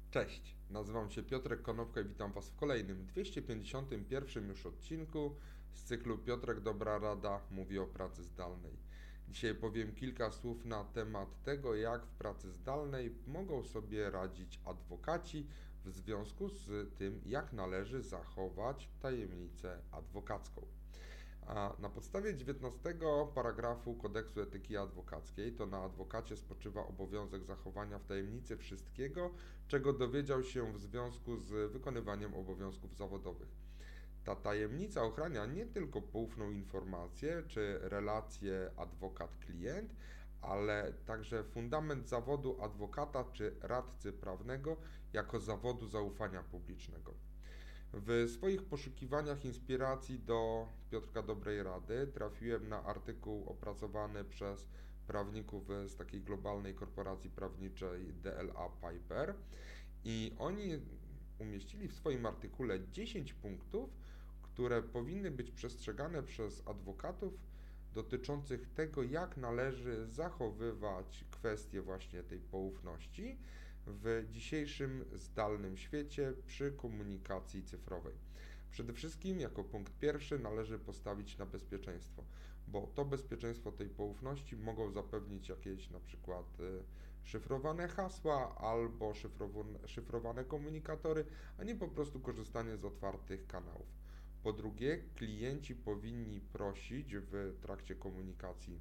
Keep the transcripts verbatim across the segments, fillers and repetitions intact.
Cześć, nazywam się Piotrek Konopka i witam Was w kolejnym dwieście pięćdziesiątym pierwszym już odcinku z cyklu Piotrek Dobra Rada mówi o pracy zdalnej. Dzisiaj powiem kilka słów na temat tego, jak w pracy zdalnej mogą sobie radzić adwokaci w związku z tym, jak należy zachować tajemnicę adwokacką. A na podstawie dziewiętnastego paragrafu Kodeksu Etyki Adwokackiej to na adwokacie spoczywa obowiązek zachowania w tajemnicy wszystkiego, czego dowiedział się w związku z wykonywaniem obowiązków zawodowych. Ta tajemnica ochrania nie tylko poufną informację czy relację adwokat-klient, ale także fundament zawodu adwokata czy radcy prawnego jako zawodu zaufania publicznego. W swoich poszukiwaniach inspiracji do Piotrka Dobrej Rady trafiłem na artykuł opracowany przez prawników z takiej globalnej korporacji prawniczej D L A Piper i oni umieścili w swoim artykule dziesięć punktów, które powinny być przestrzegane przez adwokatów dotyczących tego, jak należy zachowywać kwestie właśnie tej poufności w dzisiejszym zdalnym świecie przy komunikacji cyfrowej. Przede wszystkim jako punkt pierwszy należy postawić na bezpieczeństwo, bo to bezpieczeństwo tej poufności mogą zapewnić jakieś na przykład szyfrowane hasła albo szyfrowane, szyfrowane komunikatory, a nie po prostu korzystanie z otwartych kanałów. Po drugie, klienci powinni prosić w trakcie komunikacji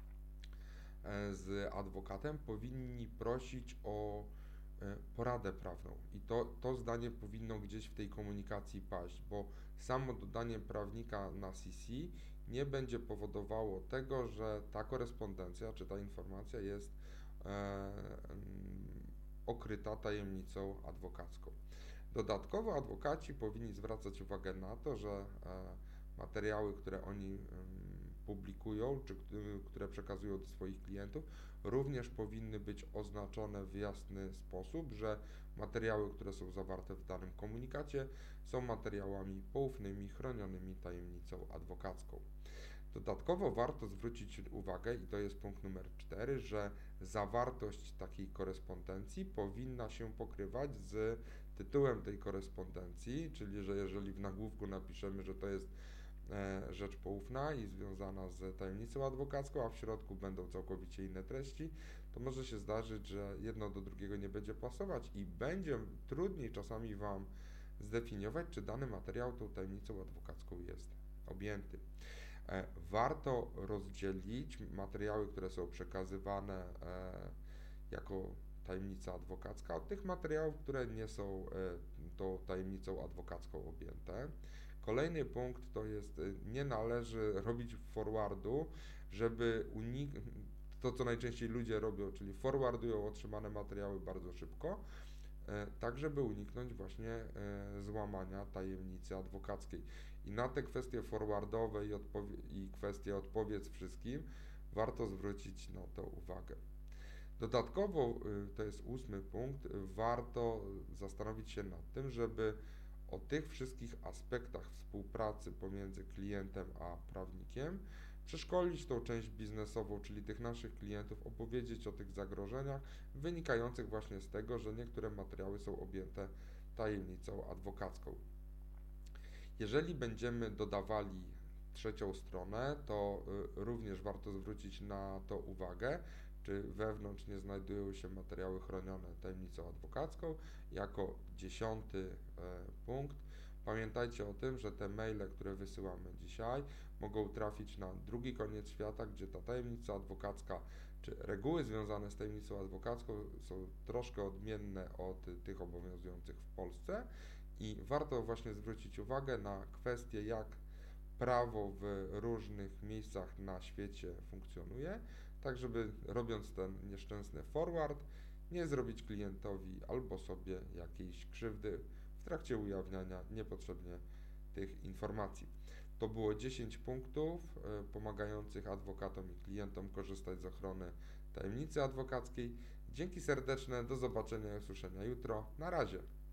z adwokatem, powinni prosić o poradę prawną i to, to zdanie powinno gdzieś w tej komunikacji paść, bo samo dodanie prawnika na C C nie będzie powodowało tego, że ta korespondencja czy ta informacja jest e, okryta tajemnicą adwokacką. Dodatkowo adwokaci powinni zwracać uwagę na to, że e, materiały, które oni publikują, czy które przekazują do swoich klientów, również powinny być oznaczone w jasny sposób, że materiały, które są zawarte w danym komunikacie, są materiałami poufnymi, chronionymi tajemnicą adwokacką. Dodatkowo warto zwrócić uwagę, i to jest punkt numer cztery, że zawartość takiej korespondencji powinna się pokrywać z tytułem tej korespondencji, czyli że jeżeli w nagłówku napiszemy, że to jest rzecz poufna i związana z tajemnicą adwokacką, a w środku będą całkowicie inne treści, to może się zdarzyć, że jedno do drugiego nie będzie pasować i będzie trudniej czasami Wam zdefiniować, czy dany materiał tą tajemnicą adwokacką jest objęty. Warto rozdzielić materiały, które są przekazywane jako tajemnica adwokacka, od tych materiałów, które nie są tą tajemnicą adwokacką objęte. Kolejny punkt to jest, nie należy robić forwardu, żeby uniknąć, to co najczęściej ludzie robią, czyli forwardują otrzymane materiały bardzo szybko, tak żeby uniknąć właśnie złamania tajemnicy adwokackiej. I na te kwestie forwardowe i, odpowie- i kwestie odpowiedz wszystkim warto zwrócić na to uwagę. Dodatkowo, to jest ósmy punkt, warto zastanowić się nad tym, żeby o tych wszystkich aspektach współpracy pomiędzy klientem a prawnikiem przeszkolić tą część biznesową, czyli tych naszych klientów, opowiedzieć o tych zagrożeniach wynikających właśnie z tego, że niektóre materiały są objęte tajemnicą adwokacką. Jeżeli będziemy dodawali trzecią stronę, to również warto zwrócić na to uwagę, czy wewnątrz nie znajdują się materiały chronione tajemnicą adwokacką. Jako dziesiąty punkt, pamiętajcie o tym, że te maile, które wysyłamy dzisiaj, mogą trafić na drugi koniec świata, gdzie ta tajemnica adwokacka, czy reguły związane z tajemnicą adwokacką są troszkę odmienne od tych obowiązujących w Polsce i warto właśnie zwrócić uwagę na kwestię, jak prawo w różnych miejscach na świecie funkcjonuje, tak żeby robiąc ten nieszczęsny forward, nie zrobić klientowi albo sobie jakiejś krzywdy w trakcie ujawniania niepotrzebnie tych informacji. To było dziesięć punktów pomagających adwokatom i klientom korzystać z ochrony tajemnicy adwokackiej. Dzięki serdeczne, do zobaczenia i usłyszenia jutro. Na razie.